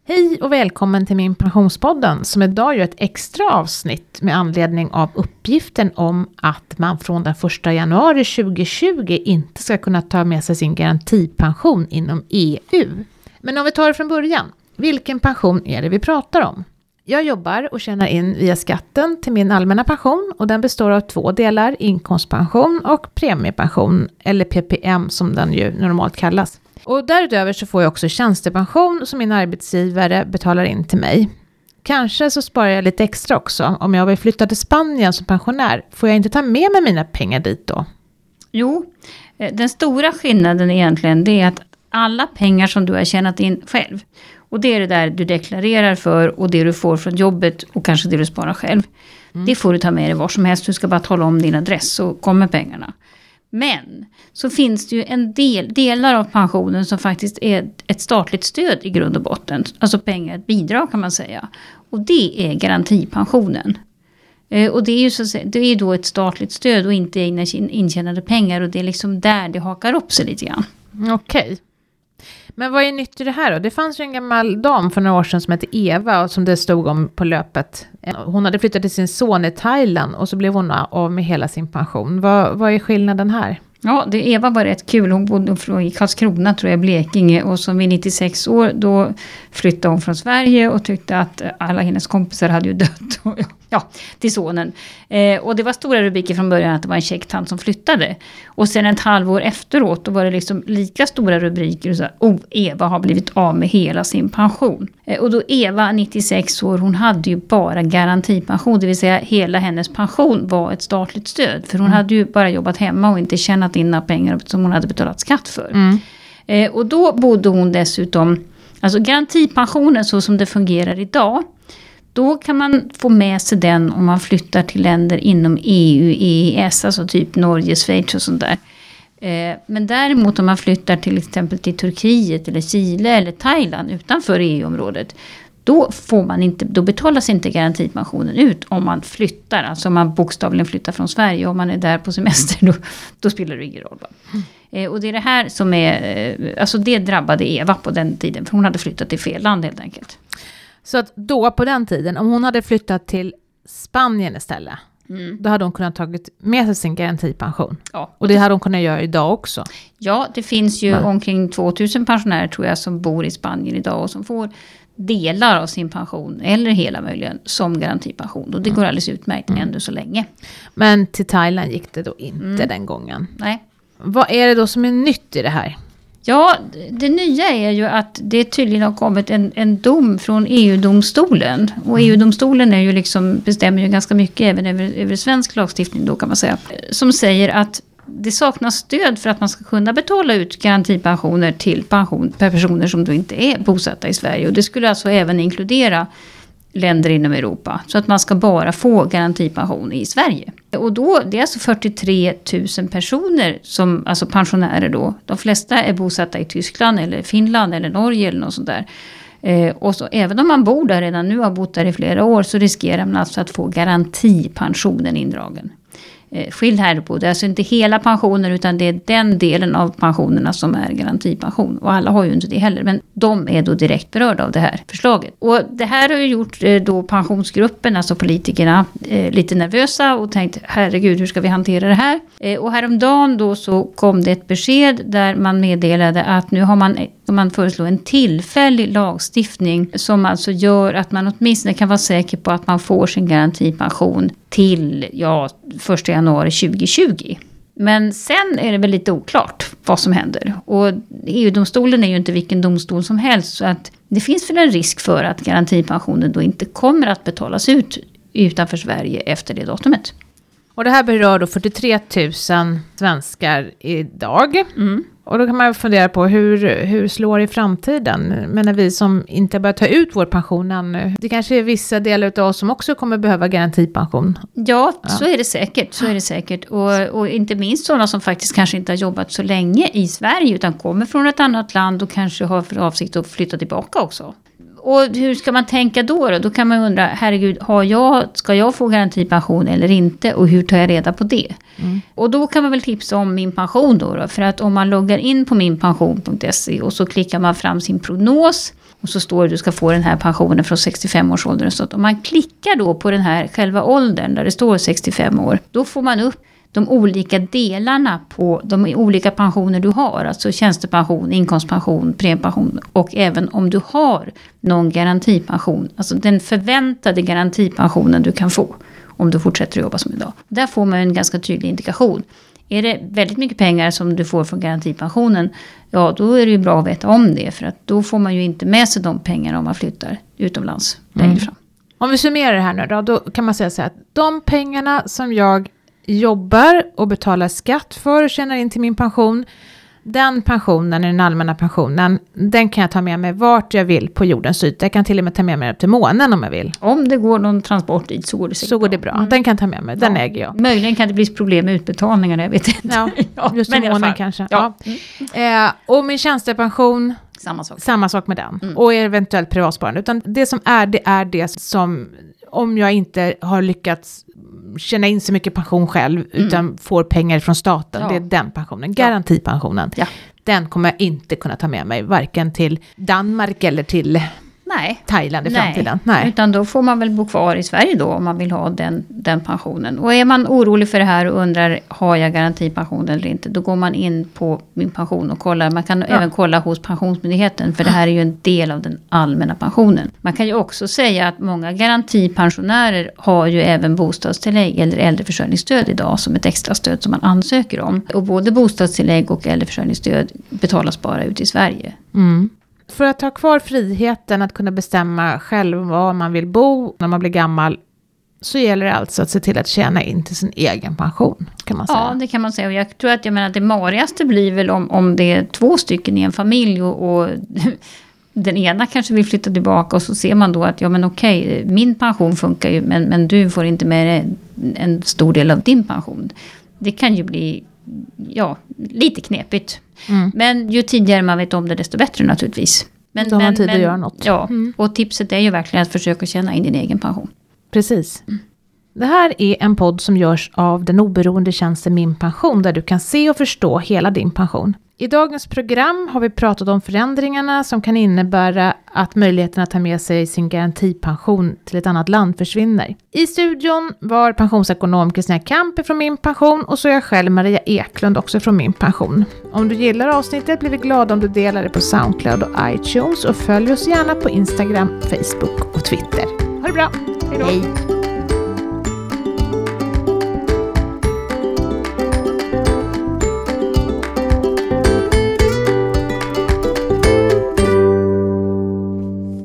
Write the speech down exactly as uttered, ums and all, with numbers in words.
Hej och välkommen till min pensionspodden som idag gör ett extra avsnitt med anledning av uppgiften om att man från den första januari tjugohundratjugo inte ska kunna ta med sig sin garantipension inom E U. Men om vi tar det från början, vilken pension är det vi pratar om? Jag jobbar och tjänar in via skatten till min allmänna pension och den består av två delar, inkomstpension och premiepension eller P P M som den ju normalt kallas. Och därutöver så får jag också tjänstepension som min arbetsgivare betalar in till mig. Kanske så sparar jag lite extra också. Om jag vill flytta till Spanien som pensionär, får jag inte ta med mig mina pengar dit då? Jo, den stora skillnaden egentligen det är att alla pengar som du har tjänat in själv. Och det är det där du deklarerar för och det du får från jobbet och kanske det du sparar själv. Mm. Det får du ta med dig var som helst. Du ska bara tala om din adress så kommer pengarna. Men så finns det ju en del delar av pensionen som faktiskt är ett statligt stöd i grund och botten. Alltså pengar, ett bidrag kan man säga. Och det är garantipensionen. Eh, och det är ju så, det är då ett statligt stöd och inte egna intjänade pengar. Och det är liksom där det hakar upp sig lite grann. Okej. Okay. Men vad är nytt i det här då? Det fanns ju en gammal dam för några år sedan som hette Eva som det stod om på löpet. Hon hade flyttat till sin son i Thailand och så blev hon av med hela sin pension. Vad, vad är skillnaden här? Ja, det, Eva var rätt kul. Hon bodde i Karlskrona tror jag, Blekinge. Och som vid nittiosex år då flyttade hon från Sverige och tyckte att alla hennes kompisar hade ju dött. Ja, till sonen. Eh, och det var stora rubriker från början att det var en käck tant som flyttade. Och sen ett halvår efteråt då var det liksom lika stora rubriker. Och så, oh, Eva har blivit av med hela sin pension. Eh, och då Eva, nittiosex år, hon hade ju bara garantipension. Det vill säga hela hennes pension var ett statligt stöd. För hon mm. hade ju bara jobbat hemma och inte tjänat in några pengar som hon hade betalat skatt för. Mm. Eh, och då bodde hon dessutom, alltså garantipensionen så som det fungerar idag. Då kan man få med sig den om man flyttar till länder inom E U, E E S, alltså typ Norge, Schweiz och sånt där. Eh, men däremot om man flyttar till exempel till Turkiet eller Chile eller Thailand utanför E U-området. Då, får man inte, då betalas inte garantipensionen ut om man flyttar. Alltså om man bokstavligen flyttar från Sverige. Om man är där på semester då, då spelar det ingen roll. Mm. Eh, och det är det här som är, eh, alltså det drabbade Eva på den tiden. För hon hade flyttat till fel land helt enkelt. Så att då på den tiden, om hon hade flyttat till Spanien istället, mm. då hade hon kunnat tagit med sig sin garantipension. Ja. Och det hade hon kunnat göra idag också. Ja, det finns ju Men. omkring tvåtusen pensionärer tror jag som bor i Spanien idag och som får delar av sin pension eller hela möjligen som garantipension. Och det mm. går alldeles utmärkt mm. ännu så länge. Men till Thailand gick det då inte mm. den gången. Nej. Vad är det då som är nytt i det här? Ja, det nya är ju att det tydligen har kommit en, en dom från E U-domstolen. Och E U-domstolen är ju liksom, bestämmer ju ganska mycket även över, över svensk lagstiftning då kan man säga. Som säger att det saknas stöd för att man ska kunna betala ut garantipensioner till pension, per personer som då inte är bosatta i Sverige. Och det skulle alltså även inkludera länder inom Europa. Så att man ska bara få garantipension i Sverige. Och då, det är alltså fyrtiotre tusen personer som, alltså pensionärer då. De flesta är bosatta i Tyskland eller Finland eller Norge eller något sånt där. Eh, och så, även om man bor där redan nu, har bott där i flera år, så riskerar man alltså att få garantipensionen indragen. Eh, skill här på, det är alltså inte hela pensionen utan det är den delen av pensionerna som är garantipension. Och alla har ju inte det heller, men de är då direkt berörda av det här förslaget. Och det här har ju gjort eh, då pensionsgruppen, alltså politikerna, eh, lite nervösa och tänkt, herregud hur ska vi hantera det här? Eh, och häromdagen då så kom det ett besked där man meddelade att nu har man, man föreslår en tillfällig lagstiftning som alltså gör att man åtminstone kan vara säker på att man får sin garantipension till ja, första januari tjugohundratjugo. Men sen är det väl lite oklart vad som händer. Och E U-domstolen är ju inte vilken domstol som helst. Så att det finns väl en risk för att garantipensionen då inte kommer att betalas ut utanför Sverige efter det datumet. Och det här berör då fyrtiotre tusen svenskar idag. Mm. Och då kan man fundera på hur, hur slår det i framtiden? Men när vi som inte börjar ta ut vår pension ännu. Det kanske är vissa delar av oss som också kommer behöva garantipension. Ja, ja. så är det säkert. Så är det säkert. Och, och inte minst sådana som faktiskt kanske inte har jobbat så länge i Sverige utan kommer från ett annat land och kanske har för avsikt att flytta tillbaka också. Och hur ska man tänka då, då? Då kan man undra, herregud, har jag, ska jag få garantipension eller inte? Och hur tar jag reda på det? Mm. Och då kan man väl tipsa om Min pension då, då. För att om man loggar in på min pension punkt se och så klickar man fram sin prognos. Och så står det att du ska få den här pensionen från sextiofem års ålder. Så att om man klickar då på den här själva åldern där det står sextiofem år. Då får man upp de olika delarna på de olika pensioner du har. Alltså tjänstepension, inkomstpension, premiepension. Och även om du har någon garantipension. Alltså den förväntade garantipensionen du kan få. Om du fortsätter att jobba som idag. Där får man en ganska tydlig indikation. Är det väldigt mycket pengar som du får från garantipensionen, ja då är det ju bra att veta om det. För att då får man ju inte med sig de pengarna om man flyttar utomlands längre Mm. fram. Om vi summerar det här nu då, då kan man säga så här att de pengarna som jag jobbar och betalar skatt för och tjänar in till min pension, den pensionen, den allmänna pensionen, den kan jag ta med mig vart jag vill på jordens yta. Jag kan till och med ta med mig upp till månen om jag vill. Om det går någon transport dit så går det säkert Så går det bra. Mm. Den kan jag ta med mig, den Ja. äger jag. Möjligen kan det bli problem med utbetalningar, jag vet inte. Ja, Ja, just men till i alla månen fall. kanske. Ja. Ja. Eh, och min tjänstepension, Samma sak. samma sak med den. Mm. Och eventuellt privatsparande. Utan det som är, det är det som, om jag inte har lyckats tjäna in så mycket pension själv, utan får pengar från staten, Ja. det är den pensionen, garantipensionen. Ja. Den kommer jag inte kunna ta med mig, varken till Danmark eller till Nej. Thailand i Nej. framtiden. Nej. Utan då får man väl bo kvar i Sverige då om man vill ha den, den pensionen. Och är man orolig för det här och undrar, har jag garantipension eller inte? Då går man in på min pension och kollar. Man kan Ja. även kolla hos Pensionsmyndigheten, för det här är ju en del av den allmänna pensionen. Man kan ju också säga att många garantipensionärer har ju även bostadstillägg eller äldreförsörjningsstöd idag som ett extra stöd som man ansöker om. Och både bostadstillägg och äldreförsörjningsstöd betalas bara ut i Sverige. Mm. För att ha kvar friheten att kunna bestämma själv var man vill bo när man blir gammal, så gäller det alltså att se till att tjäna in till sin egen pension, kan man säga. Ja, det kan man säga. Och jag tror att jag menar, det marigaste blir väl om, om det är två stycken i en familj och, och den ena kanske vill flytta tillbaka och så ser man då att ja men okej, min pension funkar ju men, men du får inte med en stor del av din pension. Det kan ju bli ja, lite knepigt. Mm. Men ju tidigare man vet om det desto bättre naturligtvis. Men, Då har man men, tid men, att göra något. Ja, Mm. och tipset är ju verkligen att försöka tjäna in din egen pension. Precis. Det här är en podd som görs av den oberoende tjänsten Min Pension, där du kan se och förstå hela din pension. I dagens program har vi pratat om förändringarna som kan innebära att möjligheten att ta med sig sin garantipension till ett annat land försvinner. I studion var pensionsekonom Kristina Kamp från Min Pension och så är jag själv Maria Eklund också från Min Pension. Om du gillar avsnittet blir vi glada om du delar det på SoundCloud och iTunes och följ oss gärna på Instagram, Facebook och Twitter. Ha det bra! Hej då! Hej!